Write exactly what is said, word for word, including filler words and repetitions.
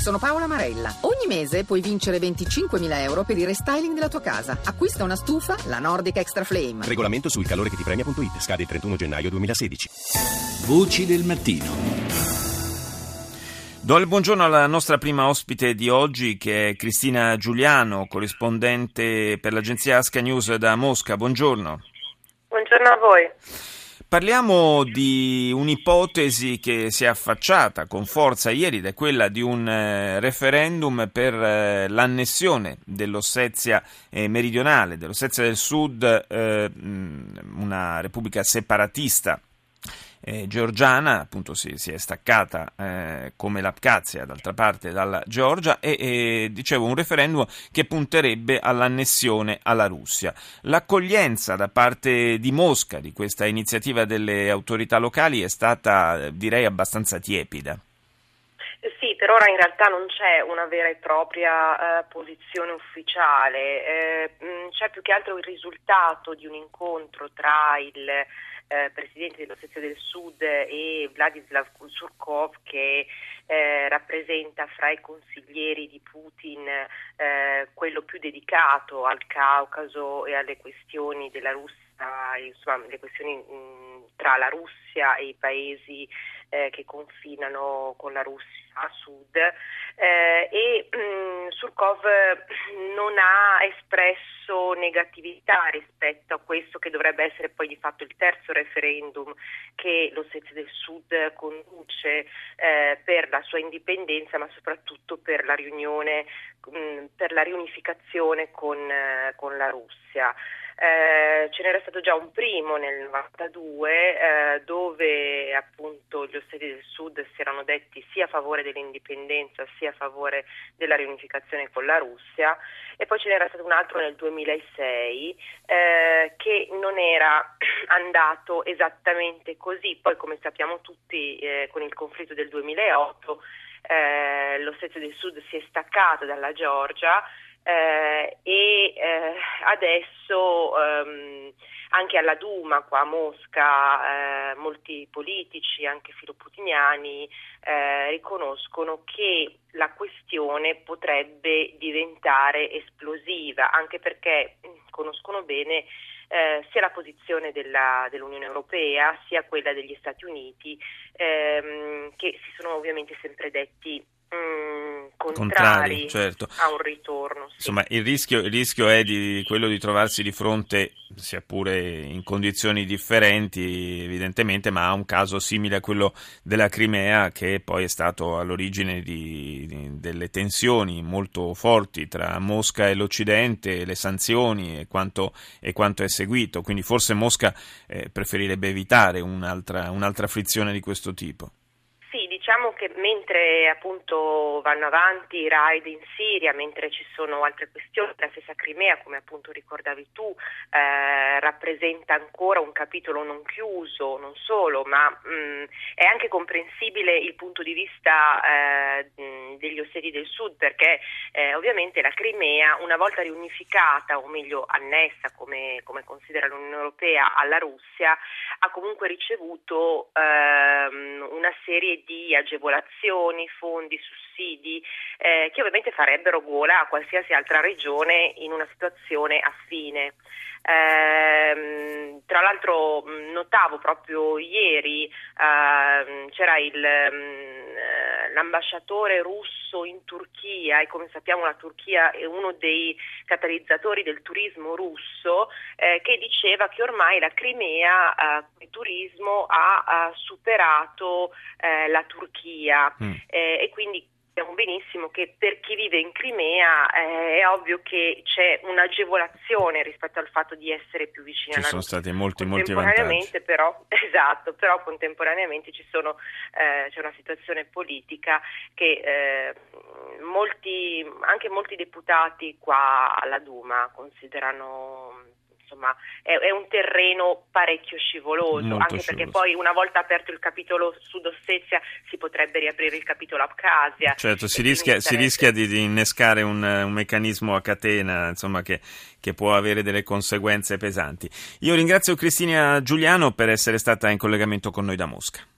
sono Paola Marella. Ogni mese puoi vincere venticinquemila euro per il restyling della tua casa. Acquista una stufa, la Nordic Extra Flame. Regolamento sul calore che ti premia punto it. Scade il trentuno gennaio duemilasedici. Voci del mattino. Do il buongiorno alla nostra prima ospite di oggi, che è Cristina Giuliano, corrispondente per l'agenzia Aska News da Mosca. Buongiorno. Buongiorno a voi. Parliamo di un'ipotesi che si è affacciata con forza ieri, ed è quella di un eh, referendum per eh, l'annessione dell'Ossetia eh, meridionale, dell'Ossetia del Sud, eh, una repubblica separatista Eh, georgiana, appunto si, si è staccata eh, come l'Abkhazia d'altra parte dalla Georgia, e, e dicevo un referendum che punterebbe all'annessione alla Russia. L'accoglienza da parte di Mosca di questa iniziativa delle autorità locali è stata, direi, abbastanza tiepida. Sì, per ora in realtà non c'è una vera e propria eh, posizione ufficiale, eh, mh, c'è più che altro il risultato di un incontro tra il eh, presidente dell'Ossetia del Sud e Vladislav Surkov, che eh, rappresenta fra i consiglieri di Putin eh, quello più dedicato al Caucaso e alle questioni della Russia, insomma le questioni mh, tra la Russia e i paesi eh, che confinano con la Russia a sud, eh, e mh, Surkov non ha espresso negatività rispetto a questo che dovrebbe essere poi di fatto il terzo referendum che l'Ossetia del Sud conduce eh, per la sua indipendenza, ma soprattutto per la riunione, mh, per la riunificazione con, eh, con la Russia. Eh, ce n'era stato già un primo nel novantadue eh, dove appunto gli osseti del Sud si erano detti sia a favore dell'indipendenza sia a favore della riunificazione con la Russia, e poi ce n'era stato un altro nel duemilasei eh, che non era andato esattamente così. Poi, come sappiamo tutti, eh, con il conflitto del duemilaotto eh, l'Ossetia del Sud si è staccato dalla Georgia. Eh, e eh, adesso ehm, anche alla Duma qua a Mosca eh, molti politici, anche filoputiniani, eh, riconoscono che la questione potrebbe diventare esplosiva, anche perché mh, conoscono bene eh, sia la posizione della, dell'Unione Europea sia quella degli Stati Uniti, ehm, che si sono ovviamente sempre detti Mm, contrari, contrari certo. a un ritorno. Sì. Insomma, il rischio, il rischio è di quello di trovarsi di fronte, sia pure in condizioni differenti evidentemente, ma a un caso simile a quello della Crimea, che poi è stato all'origine di, di, delle tensioni molto forti tra Mosca e l'Occidente, le sanzioni e quanto, e quanto è seguito. Quindi forse Mosca eh, preferirebbe evitare un'altra, un'altra frizione di questo tipo. Diciamo che mentre appunto vanno avanti i raid in Siria, mentre ci sono altre questioni, la stessa Crimea, come appunto ricordavi tu, eh, rappresenta ancora un capitolo non chiuso, non solo, ma mh, è anche comprensibile il punto di vista eh, degli osseti del Sud, perché eh, ovviamente la Crimea, una volta riunificata, o meglio annessa, come, come considera l'Unione Europea, alla Russia, ha comunque ricevuto ehm, una serie di agevolazioni, fondi, sussidi eh, che ovviamente farebbero gola a qualsiasi altra regione in una situazione affine. Eh, tra l'altro notavo proprio ieri eh, c'era il, eh, l'ambasciatore russo in Turchia, e come sappiamo la Turchia è uno dei catalizzatori del turismo russo, eh, che diceva che ormai la Crimea eh, il turismo ha, ha superato eh, la Turchia mm. eh, e quindi sappiamo benissimo che per chi vive in Crimea eh, è ovvio che c'è un'agevolazione rispetto al fatto di essere più vicini alla Russia. Ci sono stati molti, molti vantaggi. Però, esatto, però contemporaneamente ci sono, eh, c'è una situazione politica che eh, molti, anche molti deputati qua alla Duma considerano... Insomma, è, è un terreno parecchio scivoloso, Molto anche scivoloso. Perché poi una volta aperto il capitolo Sud-Ossetia si potrebbe riaprire il capitolo Abkhazia. Certo, si rischia, si rischia di, di innescare un, un meccanismo a catena, insomma, che, che può avere delle conseguenze pesanti. Io ringrazio Cristina Giuliano per essere stata in collegamento con noi da Mosca.